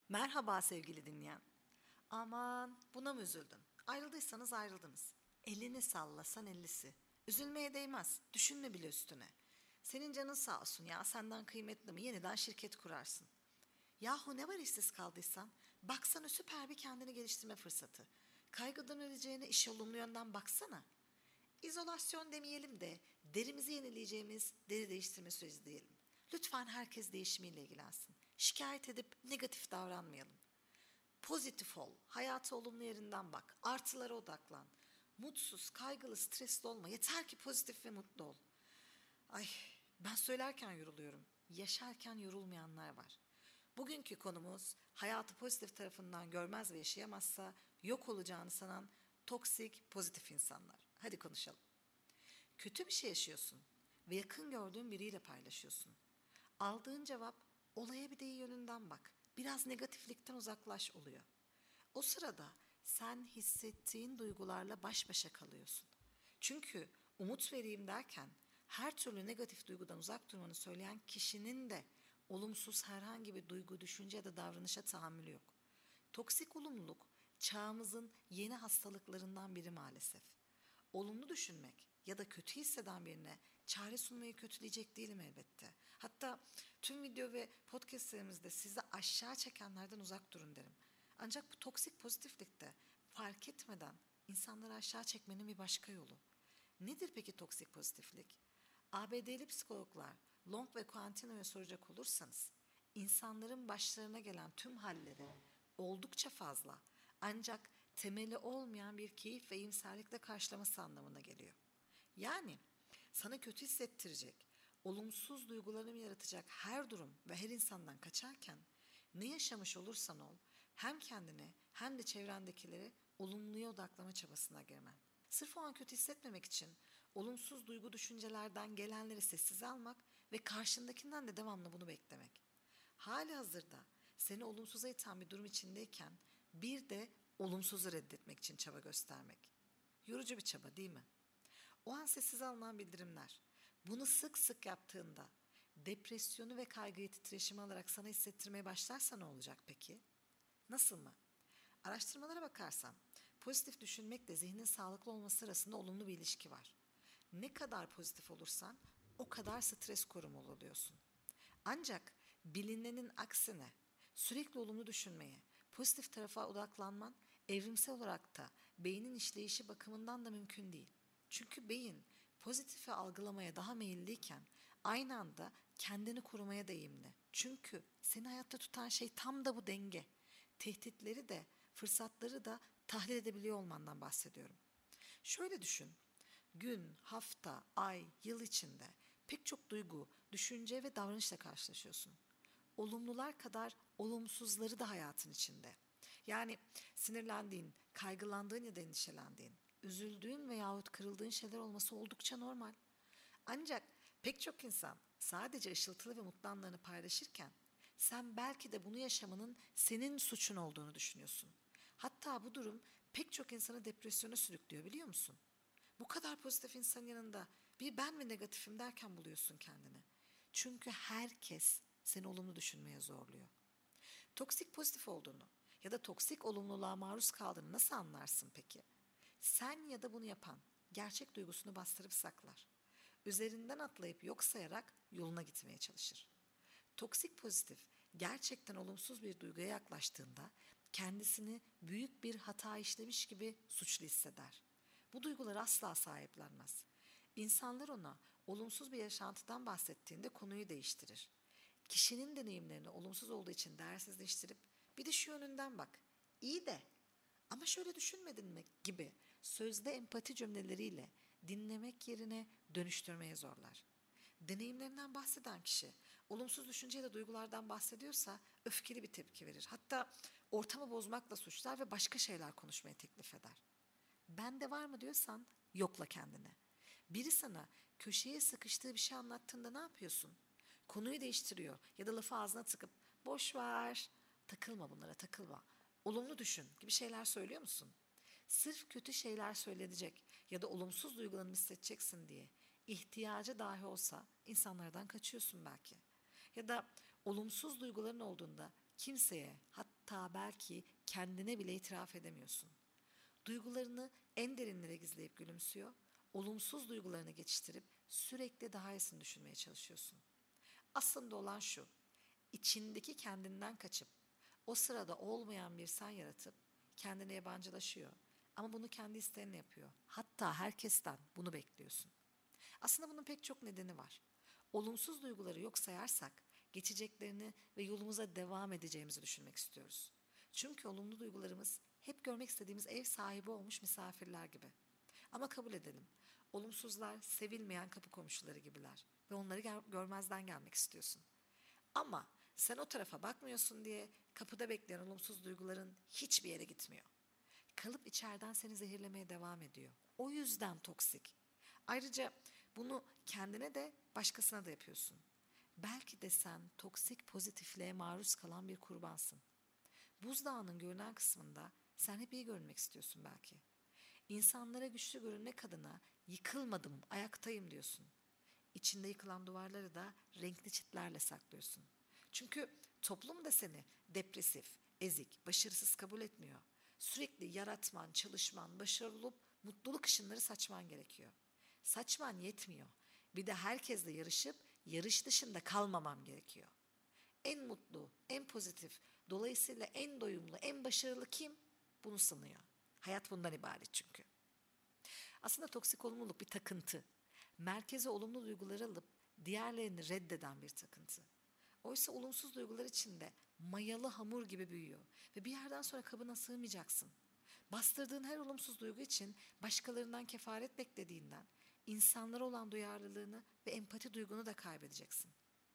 Merhaba sevgili dinleyen. Aman buna mı üzüldün? Ayrıldıysanız ayrıldınız. Elini sallasan ellisi. Üzülmeye değmez. Düşünme bile üstüne. Senin canın sağ olsun ya senden kıymetli mi? Yeniden şirket kurarsın. Yahu ne var işsiz kaldıysan? Baksana süper bir kendini geliştirme fırsatı. Kaygıdan öleceğine işe olumlu yönden baksana. İzolasyon demeyelim de derimizi yenileyeceğimiz deri değiştirme süreci diyelim. Lütfen herkes değişimiyle ilgilensin. Şikayet edip negatif davranmayalım. Pozitif ol, hayata olumlu yerinden bak, artılara odaklan. Mutsuz, kaygılı, stresli olma. Yeter ki pozitif ve mutlu ol. Ay, ben söylerken yoruluyorum. Yaşarken yorulmayanlar var. Bugünkü konumuz hayatı pozitif tarafından görmez ve yaşayamazsa yok olacağını sanan toksik pozitif insanlar. Hadi konuşalım. Kötü bir şey yaşıyorsun ve yakın gördüğün biriyle paylaşıyorsun. Aldığın cevap olaya bir de iyi yönünden bak. Biraz negatiflikten uzaklaş oluyor. O sırada sen hissettiğin duygularla baş başa kalıyorsun. Çünkü umut vereyim derken her türlü negatif duygudan uzak durmanı söyleyen kişinin de olumsuz herhangi bir duygu, düşünce ya da davranışa tahammülü yok. Toksik olumluluk çağımızın yeni hastalıklarından biri maalesef. Olumlu düşünmek ya da kötü hisseden birine çare sunmayı kötüleyecek değilim elbette. Hatta tüm video ve podcastlerimizde sizi aşağı çekenlerden uzak durun derim. Ancak bu toksik pozitiflikte fark etmeden insanları aşağı çekmenin bir başka yolu. Nedir peki toksik pozitiflik? ABD'li psikologlar Long ve Quintino'ya soracak olursanız insanların başlarına gelen tüm halleri oldukça fazla ancak temeli olmayan bir keyif ve iyimserlikle karşılaması anlamına geliyor. Yani sana kötü hissettirecek, olumsuz duygularını yaratacak her durum ve her insandan kaçarken ne yaşamış olursan ol hem kendine hem de çevrendekileri olumluya odaklama çabasına girmen. Sırf o an kötü hissetmemek için olumsuz duygu düşüncelerden gelenleri sessize almak ve karşındakinden de devamlı bunu beklemek. Hali hazırda seni olumsuza iten bir durum içindeyken bir de olumsuzu reddetmek için çaba göstermek. Yorucu bir çaba değil mi? O an sessiz alınan bildirimler. Bunu sık sık yaptığında depresyonu ve kaygıyı titreşimi alarak sana hissettirmeye başlarsa ne olacak peki? Nasıl mı? Araştırmalara bakarsam pozitif düşünmekle zihnin sağlıklı olması arasında olumlu bir ilişki var. Ne kadar pozitif olursan o kadar stres korumalı oluyorsun. Ancak bilinenin aksine sürekli olumlu düşünmeye, pozitif tarafa odaklanman evrimsel olarak da beynin işleyişi bakımından da mümkün değil. Çünkü beyin pozitifi algılamaya daha meyilliyken aynı anda kendini korumaya da eğilimli. Çünkü seni hayatta tutan şey tam da bu denge. Tehditleri de fırsatları da tahlil edebiliyor olmandan bahsediyorum. Şöyle düşün. Gün, hafta, ay, yıl içinde pek çok duygu, düşünce ve davranışla karşılaşıyorsun. Olumlular kadar olumsuzları da hayatın içinde. Yani sinirlendiğin, kaygılandığın ya da endişelendiğin, üzüldüğün veyahut kırıldığın şeyler olması oldukça normal. Ancak pek çok insan sadece ışıltılı ve mutlu anlarını paylaşırken sen belki de bunu yaşamanın senin suçun olduğunu düşünüyorsun. Hatta bu durum pek çok insanı depresyona sürüklüyor biliyor musun? Bu kadar pozitif insan yanında bir ben mi negatifim derken buluyorsun kendini. Çünkü herkes seni olumlu düşünmeye zorluyor. Toksik pozitif olduğunu ya da toksik olumluluğa maruz kaldığını nasıl anlarsın peki? Sen ya da bunu yapan gerçek duygusunu bastırıp saklar. Üzerinden atlayıp yok sayarak yoluna gitmeye çalışır. Toksik pozitif gerçekten olumsuz bir duyguya yaklaştığında kendisini büyük bir hata işlemiş gibi suçlu hisseder. Bu duyguları asla sahiplenmez. İnsanlar ona olumsuz bir yaşantıdan bahsettiğinde konuyu değiştirir. Kişinin deneyimlerini olumsuz olduğu için değersizleştirip bir de şu yönünden bak. İyi de ama şöyle düşünmedin mi gibi sözde empati cümleleriyle dinlemek yerine dönüştürmeye zorlar. Deneyimlerinden bahseden kişi olumsuz düşünce ya da duygulardan bahsediyorsa öfkeli bir tepki verir. Hatta ortamı bozmakla suçlar ve başka şeyler konuşmayı teklif eder. Bende var mı diyorsan yokla kendini. Biri sana köşeye sıkıştığı bir şey anlattığında ne yapıyorsun? Konuyu değiştiriyor ya da lafı ağzına tıkıp boş ver, takılma bunlara takılma, olumlu düşün gibi şeyler söylüyor musun? Sırf kötü şeyler söylenecek ya da olumsuz duygularını hissedeceksin diye ihtiyacı dahi olsa insanlardan kaçıyorsun belki. Ya da olumsuz duyguların olduğunda kimseye Hatta belki kendine bile itiraf edemiyorsun. Duygularını en derinlere gizleyip gülümsüyor, olumsuz duygularını geçiştirip sürekli daha iyisini düşünmeye çalışıyorsun. Aslında olan şu, içindeki kendinden kaçıp, o sırada olmayan bir sen yaratıp kendine yabancılaşıyor. Ama bunu kendi isteğinle yapıyor. Hatta herkesten bunu bekliyorsun. Aslında bunun pek çok nedeni var. Olumsuz duyguları yok sayarsak, geçeceklerini ve yolumuza devam edeceğimizi düşünmek istiyoruz. Çünkü olumlu duygularımız hep görmek istediğimiz ev sahibi olmuş misafirler gibi. Ama kabul edelim, olumsuzlar sevilmeyen kapı komşuları gibiler ve onları görmezden gelmek istiyorsun. Ama sen o tarafa bakmıyorsun diye kapıda bekleyen olumsuz duyguların hiçbir yere gitmiyor. Kalıp içeriden seni zehirlemeye devam ediyor. O yüzden toksik. Ayrıca bunu kendine de başkasına da yapıyorsun. Belki de sen toksik pozitifliğe maruz kalan bir kurbansın. Buzdağının görünen kısmında sen hep iyi görünmek istiyorsun belki. İnsanlara güçlü görünmek adına yıkılmadım, ayaktayım diyorsun. İçinde yıkılan duvarları da renkli çitlerle saklıyorsun. Çünkü toplum da seni depresif, ezik, başarısız kabul etmiyor. Sürekli yaratman, çalışman, başarılı olup mutluluk ışınları saçman gerekiyor. Saçman yetmiyor. Bir de herkesle yarışıp yarış dışında kalmamam gerekiyor. En mutlu, en pozitif, dolayısıyla en doyumlu, en başarılı kim? Bunu sanıyor. Hayat bundan ibaret çünkü. Aslında toksik olumluluk bir takıntı. Merkeze olumlu duyguları alıp diğerlerini reddeden bir takıntı. Oysa olumsuz duygular içinde mayalı hamur gibi büyüyor ve bir yerden sonra kabına sığmayacaksın. Bastırdığın her olumsuz duygu için başkalarından kefaret beklediğinden insanlara olan duyarlılığını ve empati duygunu da kaybedeceksin.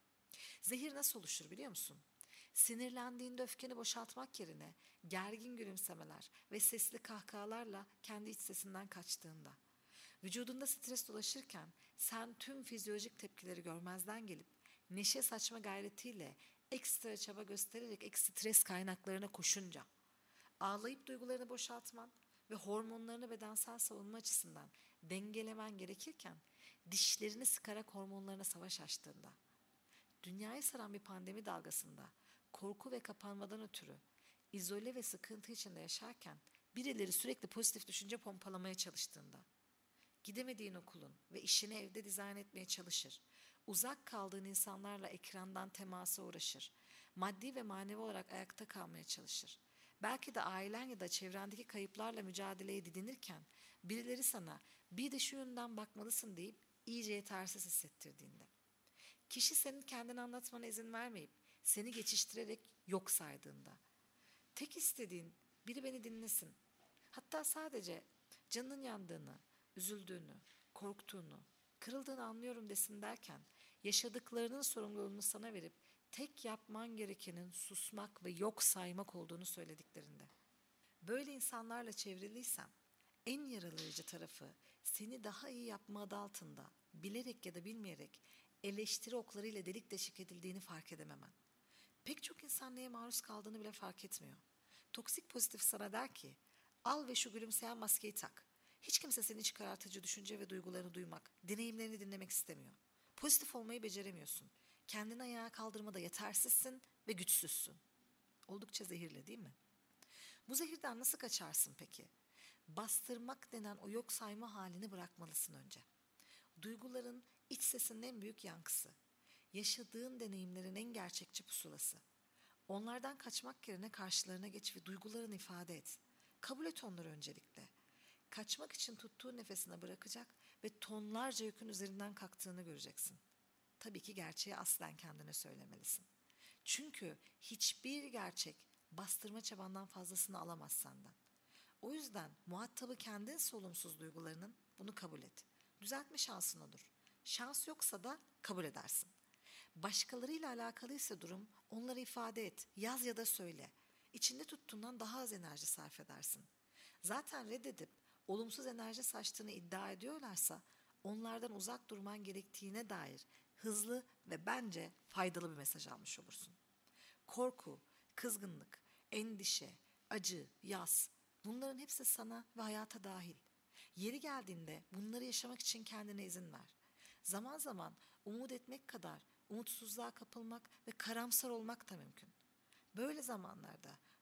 Zehir nasıl oluşur biliyor musun? Sinirlendiğinde öfkeni boşaltmak yerine gergin gülümsemeler ve sesli kahkahalarla kendi iç sesinden kaçtığında. Vücudunda stres dolaşırken sen tüm fizyolojik tepkileri görmezden gelip neşe saçma gayretiyle ekstra çaba göstererek stres kaynaklarına koşunca, ağlayıp duygularını boşaltman ve hormonlarını bedensel savunma açısından dengelemen gerekirken dişlerini sıkarak hormonlarına savaş açtığında, dünyayı saran bir pandemi dalgasında korku ve kapanmadan ötürü izole ve sıkıntı içinde yaşarken birileri sürekli pozitif düşünce pompalamaya çalıştığında, gidemediğin okulun ve işini evde dizayn etmeye çalışır, uzak kaldığın insanlarla ekrandan temasa uğraşır, maddi ve manevi olarak ayakta kalmaya çalışır. Belki de ailen ya da çevrendeki kayıplarla mücadeleye didinirken birileri sana bir de şu yönden bakmalısın deyip iyice yetersiz hissettirdiğinde. Kişi senin kendini anlatmana izin vermeyip seni geçiştirerek yok saydığında. Tek istediğin biri beni dinlesin. Hatta sadece canının yandığını, üzüldüğünü, korktuğunu, kırıldığını anlıyorum desin derken yaşadıklarının sorumluluğunu sana verip tek yapman gerekenin susmak ve yok saymak olduğunu söylediklerinde. Böyle insanlarla çevriliysen en yaralayıcı tarafı seni daha iyi yapma adı altında bilerek ya da bilmeyerek eleştiri oklarıyla delik deşik edildiğini fark edememen. Pek çok insan neye maruz kaldığını bile fark etmiyor. Toksik pozitif sana der ki, al ve şu gülümseyen maskeyi tak. Hiç kimse senin çıkartıcı düşünce ve duygularını duymak, deneyimlerini dinlemek istemiyor. Pozitif olmayı beceremiyorsun. Kendini ayağa kaldırmada yetersizsin ve güçsüzsün. Oldukça zehirli değil mi? Bu zehirden nasıl kaçarsın peki? Bastırmak denen o yok sayma halini bırakmalısın önce. Duyguların iç sesinin en büyük yankısı. Yaşadığın deneyimlerin en gerçekçi pusulası. Onlardan kaçmak yerine karşılarına geç ve duygularını ifade et. Kabul et onları öncelikle. Kaçmak için tuttuğu nefesine bırakacak ve tonlarca yükün üzerinden kalktığını göreceksin. Tabii ki gerçeği aslen kendine söylemelisin. Çünkü hiçbir gerçek bastırma çabandan fazlasını alamaz senden. O yüzden muhatabı kendin olumsuz duygularının bunu kabul et. Düzeltme şansın olur. Şans yoksa da kabul edersin. Başkalarıyla alakalıysa durum onları ifade et, yaz ya da söyle. İçinde tuttuğundan daha az enerji sarf edersin. Zaten reddedip olumsuz enerji saçtığını iddia ediyorlarsa onlardan uzak durman gerektiğine dair hızlı ve bence faydalı bir mesaj almış olursun. Korku, kızgınlık, endişe, acı, yas bunların hepsi sana ve hayata dahil. Yeri geldiğinde bunları yaşamak için kendine izin ver. Zaman zaman umut etmek kadar umutsuzluğa kapılmak ve karamsar olmak da mümkün. Böyle zamanlarda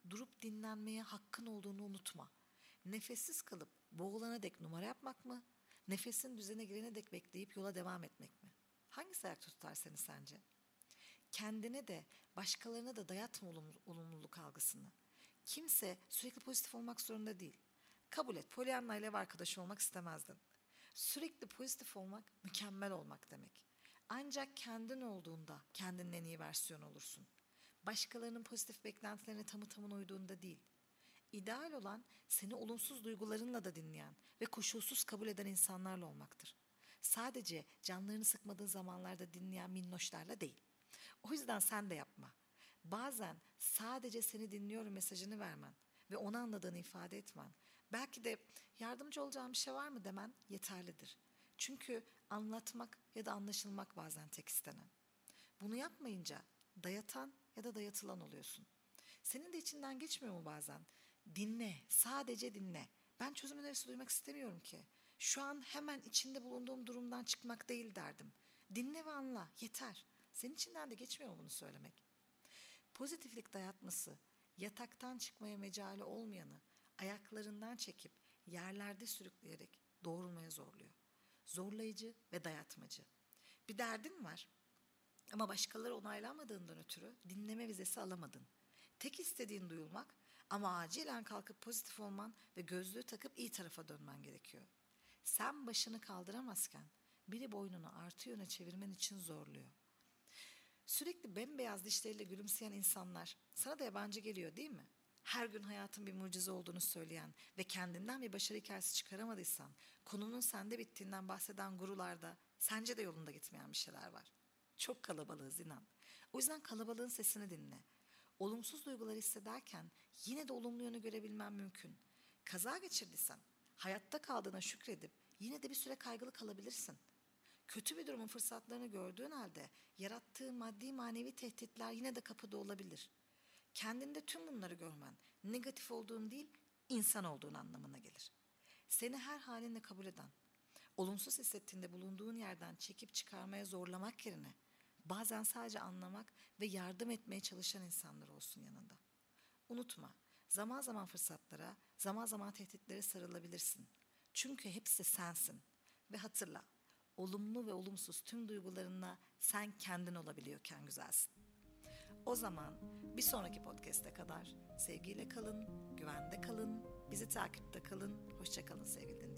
Durup dinlenmeye hakkın olduğunu unutma. Nefessiz kalıp boğulana dek numara yapmak mı? Nefesin düzene girene dek bekleyip yola devam etmek mi? Hangisi ayakta tutar seni sence? Kendine de başkalarına da dayatma olumluluk algısını. Kimse sürekli pozitif olmak zorunda değil. Kabul et, Pollyanna ile ev arkadaşı olmak istemezdin. Sürekli pozitif olmak mükemmel olmak demek. Ancak kendin olduğunda kendinin en iyi versiyonu olursun. Başkalarının pozitif beklentilerine tamı tamına uyduğunda değil. İdeal olan seni olumsuz duygularınla da dinleyen ve koşulsuz kabul eden insanlarla olmaktır. Sadece canlarını sıkmadığın zamanlarda dinleyen minnoşlarla değil. O yüzden sen de yapma. Bazen sadece seni dinliyorum mesajını vermen ve onu anladığını ifade etmen, belki de yardımcı olacağım bir şey var mı demen yeterlidir. Çünkü anlatmak ya da anlaşılmak bazen tek istenen. Bunu yapmayınca dayatan ya da dayatılan oluyorsun. Senin de içinden geçmiyor mu bazen? Dinle, sadece dinle. Ben çözüm önerisi duymak istemiyorum ki. Şu an hemen içinde bulunduğum durumdan çıkmak değil derdim. Dinle ve anla, yeter. Senin içinden de geçmiyor mu bunu söylemek? Pozitiflik dayatması, yataktan çıkmaya mecali olmayanı ayaklarından çekip yerlerde sürükleyerek doğrulmaya zorluyor. Zorlayıcı ve dayatmacı. Bir derdin var ama başkaları onaylamadığından ötürü dinleme vizesi alamadın. Tek istediğin duyulmak ama acilen kalkıp pozitif olman ve gözlüğü takıp iyi tarafa dönmen gerekiyor. Sen başını kaldıramazken biri boynunu artı yöne çevirmen için zorluyor. Sürekli bembeyaz dişleriyle gülümseyen insanlar sana da yabancı geliyor değil mi? Her gün hayatın bir mucize olduğunu söyleyen ve kendinden bir başarı hikayesi çıkaramadıysan, konunun sende bittiğinden bahseden gurularda sence de yolunda gitmeyen bir şeyler var. Çok kalabalığız inan. O yüzden kalabalığın sesini dinle. Olumsuz duygular hissederken yine de olumlu yönü görebilmen mümkün. Kaza geçirdiysen, hayatta kaldığına şükredip yine de bir süre kaygılı kalabilirsin. Kötü bir durumun fırsatlarını gördüğün halde yarattığı maddi manevi tehditler yine de kapıda olabilir. Kendinde tüm bunları görmen negatif olduğun değil, insan olduğun anlamına gelir. Seni her halinle kabul eden, olumsuz hissettiğinde bulunduğun yerden çekip çıkarmaya zorlamak yerine bazen sadece anlamak ve yardım etmeye çalışan insanlar olsun yanında. Unutma, zaman zaman fırsatlara, zaman zaman tehditlere sarılabilirsin. Çünkü hepsi sensin. Ve hatırla, olumlu ve olumsuz tüm duygularınla sen kendin olabiliyorken güzelsin. O zaman bir sonraki podcast'e kadar sevgiyle kalın, güvende kalın, bizi takipte kalın, hoşça kalın sevgili dinleyiciler.